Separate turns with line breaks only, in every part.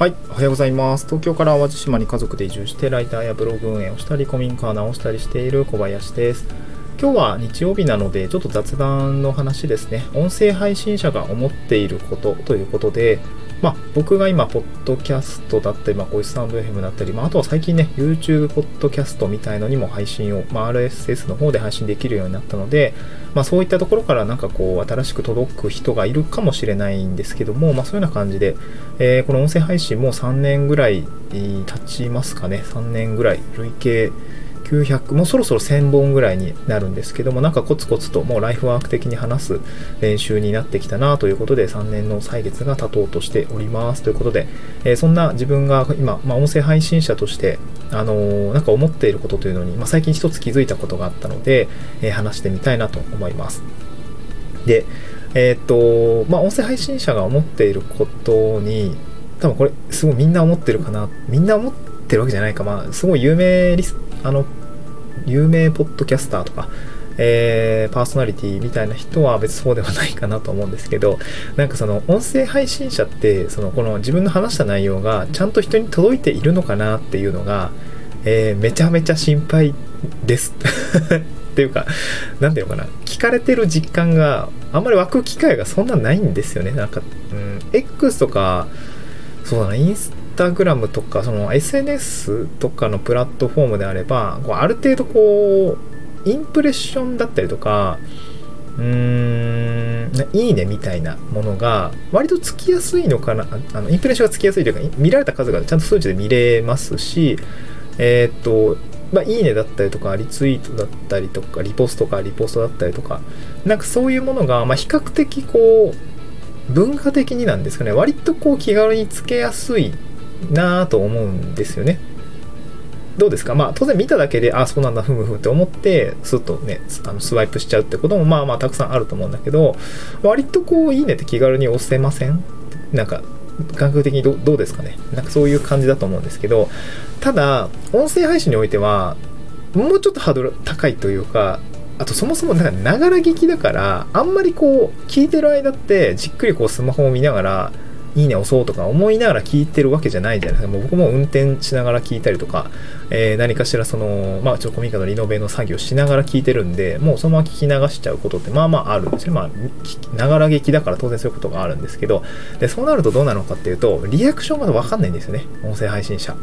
はい、おはようございます。東京から淡路島に家族で移住してライターやブログ運営をしたり古民家を直したりしている小林です。今日は日曜日なのでちょっと雑談の話ですね。音声配信者が思っていることということで、僕が今ポッドキャストだったり、こういうスタンド FM だったり、あとは最近ね YouTube ポッドキャストみたいのにも配信を、RSS の方で配信できるようになったので、そういったところから新しく届く人がいるかもしれないんですけども、そういうような感じで、この音声配信も3年ぐらい経ちますかね。3年ぐらい累計900、もうそろそろ1000本ぐらいになるんですけども、コツコツともうライフワーク的に話す練習になってきたなということで、3年の歳月が経とうとしておりますということで、そんな自分が今、音声配信者として思っていることというのに、最近一つ気づいたことがあったので、話してみたいなと思います。で、音声配信者が思っていることに、多分これすごいみんな思ってるかな、みんな思ってるわけじゃないか、すごい有名ポッドキャスターとか、パーソナリティみたいな人は別にそうではないかなと思うんですけど、その音声配信者ってこの自分の話した内容がちゃんと人に届いているのかなっていうのが、めちゃめちゃ心配ですっていうか、なんていうのかな、聞かれてる実感があんまり湧く機会がそんなないんですよね。X とかそうだな、インスタグラムとかその SNS とかのプラットフォームであれば、ある程度インプレッションだったりとか、いいねみたいなものが割とつきやすいのかな。インプレッションがつきやすいというか、見られた数がちゃんと数値で見れますし、いいねだったりとかリツイートだったりとかリポストだったりとか、そういうものが比較的文化的になんですかね、割と気軽につけやすいなぁと思うんですよね。どうですか？当然見ただけでそうなんだふむふむって思ってスッとねスワイプしちゃうってこともたくさんあると思うんだけど、割といいねって気軽に押せません？感覚的にどうですかね。そういう感じだと思うんですけど、ただ音声配信においてはもうちょっとハードル高いというか、あとそもそもながら聞きだから、あんまり聞いてる間ってじっくりスマホを見ながらいいね押そうとか思いながら聞いてるわけじゃないじゃないですか。僕も運転しながら聞いたりとか、何かしらちょっと古民家のリノベの作業しながら聞いてるんで、もうそのまま聞き流しちゃうことってあるんですよ。ながら聞きだから当然そういうことがあるんですけど、でそうなるとどうなのかっていうと、リアクションが分かんないんですよね、音声配信者。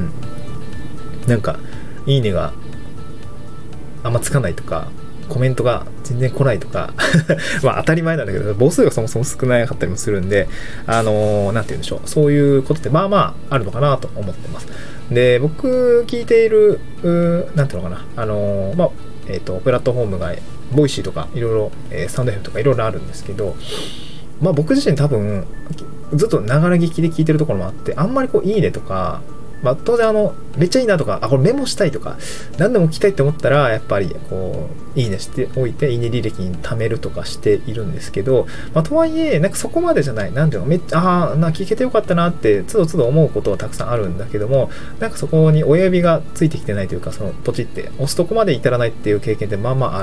いいねがあんまつかないとか、コメントが全然来ないとか当たり前なんだけど、母数がそもそも少なかったりもするんで、なんて言うんでしょう、そういうことってあるのかなと思ってます。で、僕聞いているなんていうのかな、プラットフォームがボイシーとかいろいろスタンド FM とかいろいろあるんですけど、僕自身多分ずっとながら聞きで聞いてるところもあって、あんまりいいねとか、当然めっちゃいいなとか、これメモしたいとか何でも聞きたいって思ったら、やっぱりいいねしておいていいね履歴に貯めるとかしているんですけど、とはいえそこまでじゃない、なんていうの、めっちゃ聞けてよかったなってつどつど思うことはたくさんあるんだけども、そこに親指がついてきてないというか、そのポチって押すとこまで至らないっていう経験ってあって、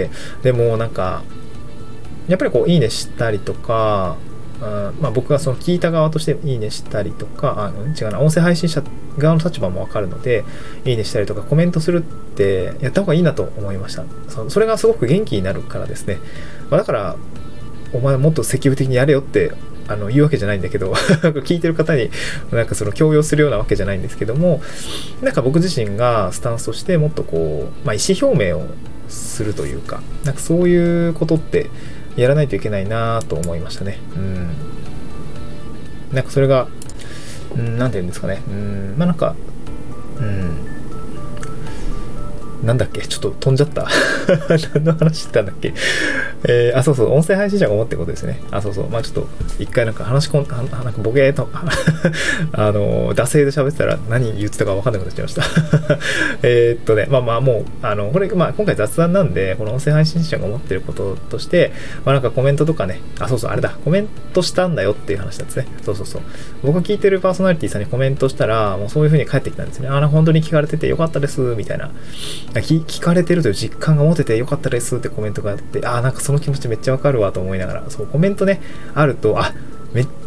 でもやっぱりいいねしたりとか、僕がその聞いた側としていいねしたりとか、音声配信者側の立場も分かるので、いいねしたりとかコメントするってやった方がいいなと思いました。それがすごく元気になるからですね。だからお前もっと積極的にやれよって言うわけじゃないんだけど聞いてる方にその強要するようなわけじゃないんですけども、僕自身がスタンスとしてもっと意思表明をするというか、そういうことってやらないといけないなと思いましたね。それがなんて言うんですかね。なんだっけ、ちょっと飛んじゃった何の話してたんだっけ。そうそう、音声配信者が思ってることですね。そうそう、ちょっと一回ボケーと惰性で喋ってたら何言ってたか分かんなくなっちゃいましたもうこれ今回雑談なんで、この音声配信者が思ってることとして、コメントとかね、そうそう、あれだ、コメントしたんだよっていう話なんですね。そう僕が聞いてるパーソナリティさんにコメントしたら、もうそういう風に返ってきたんですね。本当に聞かれててよかったですみたいな、聞かれてるという実感が持ててよかったですってコメントがあって、その気持ちめっちゃわかるわと思いながら、そうコメントねあると、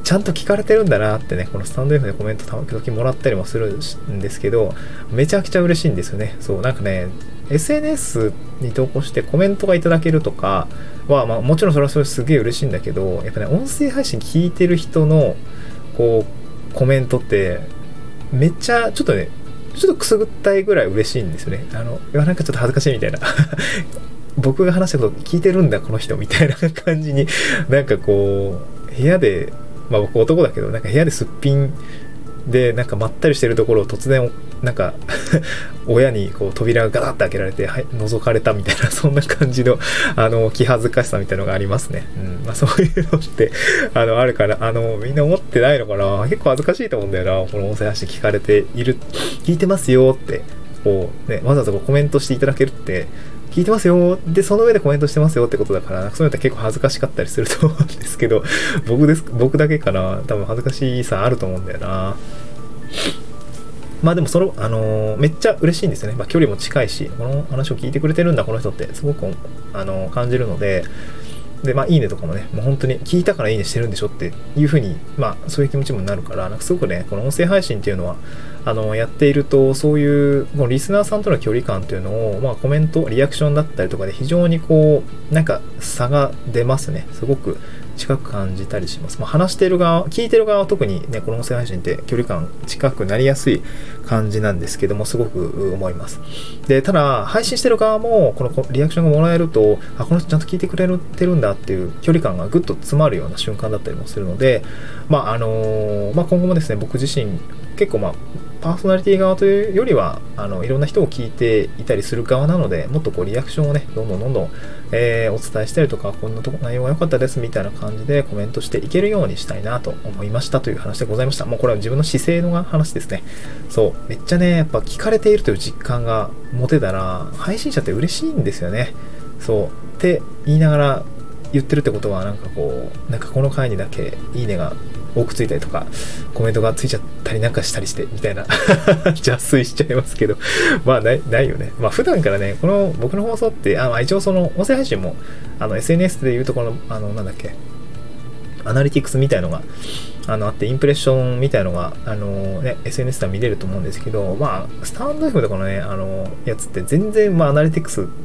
ちゃんと聞かれてるんだなってね、このスタンド F でコメント時々もらったりもするんですけど、めちゃくちゃ嬉しいんですよね。そう、なんかね、SNS に投稿してコメントがいただけるとかは、まあもちろんそれはそれすげえ嬉しいんだけど、やっぱね、音声配信聞いてる人の、こう、コメントって、めっちゃ、ちょっとね、ちょっとくすぐったいぐらい嬉しいんですよね。なんかちょっと恥ずかしいみたいな。僕が話したこと聞いてるんだ、この人、みたいな感じに、なんかこう、部屋で、まあ僕男だけど、なんか部屋ですっぴんで、なんかまったりしてるところを突然、なんか親にこう扉がガタッと開けられて、はい、覗かれたみたいな、そんな感じの、気恥ずかしさみたいなのがありますね。うん。まあそういうのって、あるから、みんな思ってないのかな。結構恥ずかしいと思うんだよな。この音声発信聞かれている、聞いてますよって、こう、ね、わざわざこうコメントしていただけるって、聞いてますよ。で、その上でコメントしてますよってことだから、そういうのって結構恥ずかしかったりすると思うんですけど、僕だけかな。多分恥ずかしさあると思うんだよな。まあでもめっちゃ嬉しいんですよね。まあ距離も近いし、この話を聞いてくれてるんだ、この人って、すごく、感じるので、で、まあいいねとかもね、もう本当に聞いたからいいねしてるんでしょっていうふうに、まあそういう気持ちもなるから、なんかすごくね、この音声配信っていうのは、やっていると、そういう、このリスナーさんとの距離感っていうのを、まあコメント、リアクションだったりとかで非常にこう、なんか差が出ますね。すごく近く感じたりします。まあ話してる側、聞いてる側は特にね、この音声配信って距離感近くなりやすい感じなんですけども、すごく思います。で、ただ、配信してる側も、このリアクションがもらえると、あ、この人ちゃんと聞いてくれてるんだっていう距離感がぐっと詰まるような瞬間だったりもするので、まあまあ今後もですね、僕自身、結構まあ、パーソナリティ側というよりは、いろんな人を聞いていたりする側なので、もっとこうリアクションをね、どんどん、お伝えしたりとか、こんな内容が良かったですみたいな感じでコメントしていけるようにしたいなと思いましたという話でございました。もうこれは自分の姿勢の話ですね。そう、めっちゃね、やっぱ聞かれているという実感が持てたら、配信者って嬉しいんですよね。そう、って言いながら言ってるってことは、なんかこう、なんかこの回にだけいいねが多くついたりとか、コメントがついちゃったりなんかしたりして、みたいな邪推しちゃいますけど、まあないよね。まあ普段からね、この僕の放送って、一応その音声配信も、SNS でいうとこの、なんだっけ、アナリティクスみたいのが、あって、インプレッションみたいのが、ね、SNS では見れると思うんですけど、まあ、スタンド F とかのね、やつって全然、まあ、アナリティクス、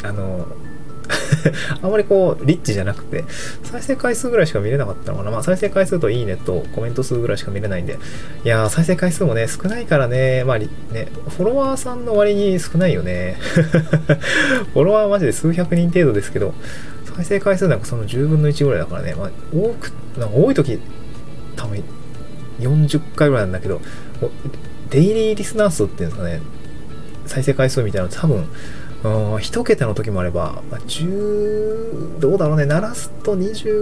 あんまりこう、リッチじゃなくて、再生回数ぐらいしか見れなかったのかな。まあ、再生回数といいねとコメント数ぐらいしか見れないんで。いやー、再生回数もね、少ないからね、まあ、ね、フォロワーさんの割に少ないよね。フォロワーはマジで数百人程度ですけど、再生回数なんかその10分の1ぐらいだからね、まあ、なんか多い時、多分40回ぐらいなんだけど、デイリーリスナー数っていうんですかね、再生回数みたいなの多分、一桁の時もあれば、どうだろうね、鳴らすと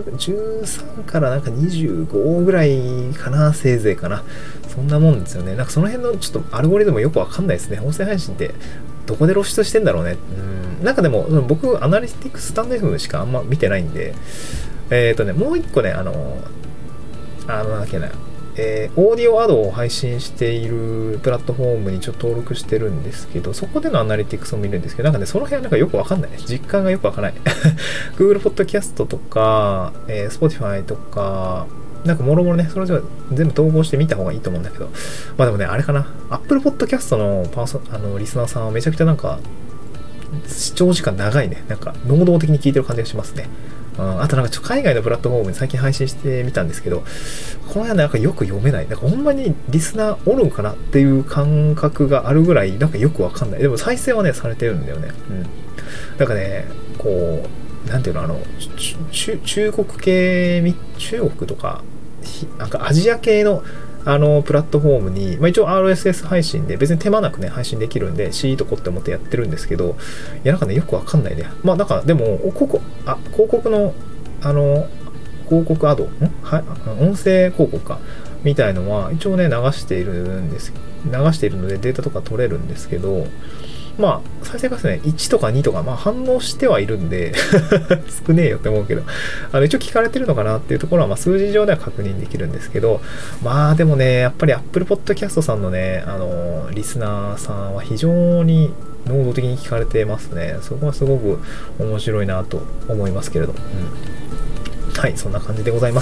13からなんか25ぐらいかな、せいぜいかな。そんなもんですよね。なんかその辺のちょっとアルゴリズムよくわかんないですね。音声配信ってどこで露出してんだろうね。なんかでも、僕、アナリティクススタンド F しかあんま見てないんで、もう一個ね、なんだっけな、オーディオアドを配信しているプラットフォームにちょっと登録してるんですけど、そこでのアナリティクスを見るんですけど、なんかね、その辺はなんかよくわかんない。実感がよくわからない。Google Podcast とか、Spotify とか、なんかもろもろね、それぞれ全部統合してみた方がいいと思うんだけど、まあでもね、あれかな、Apple Podcast のリスナーさんはめちゃくちゃなんか、視聴時間長いね。なんか、能動的に聞いてる感じがしますね。あとなんか海外のプラットフォームに最近配信してみたんですけど、この辺なんかよく読めない。なんかほんまにリスナーおるんかなっていう感覚があるぐらい、なんかよくわかんない。でも再生はね、されてるんだよね。うん。なんかね、こう、なんていうの、中国とか、なんかアジア系のプラットフォームに、まあ、一応 RSS 配信で別に手間なくね、配信できるんで、シートこって思ってやってるんですけど、いや、なんかね、よくわかんないね。まあ、なんか、でも、広告の、広告アド、音声広告か、みたいのは、一応ね、流しているので、データとか取れるんですけど、まあ、再生回数ね、1とか2とか、まあ反応してはいるんで少ねえよって思うけど、一応聞かれてるのかなっていうところは、まあ数字上では確認できるんですけど、まあでもね、やっぱり Apple Podcast さんのね、リスナーさんは非常に能動的に聞かれてますね。そこはすごく面白いなと思いますけれど。はい、そんな感じでございます。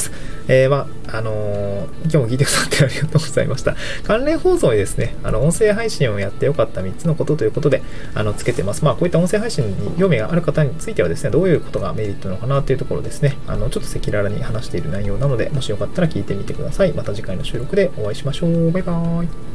今日も聞いてくださってありがとうございました。関連放送にですね、音声配信をやってよかった3つのことということで、つけてます。こういった音声配信に興味がある方についてはですね、どういうことがメリットなのかなというところですね、ちょっと赤裸々に話している内容なので、もしよかったら聞いてみてください。また次回の収録でお会いしましょう。バイバーイ。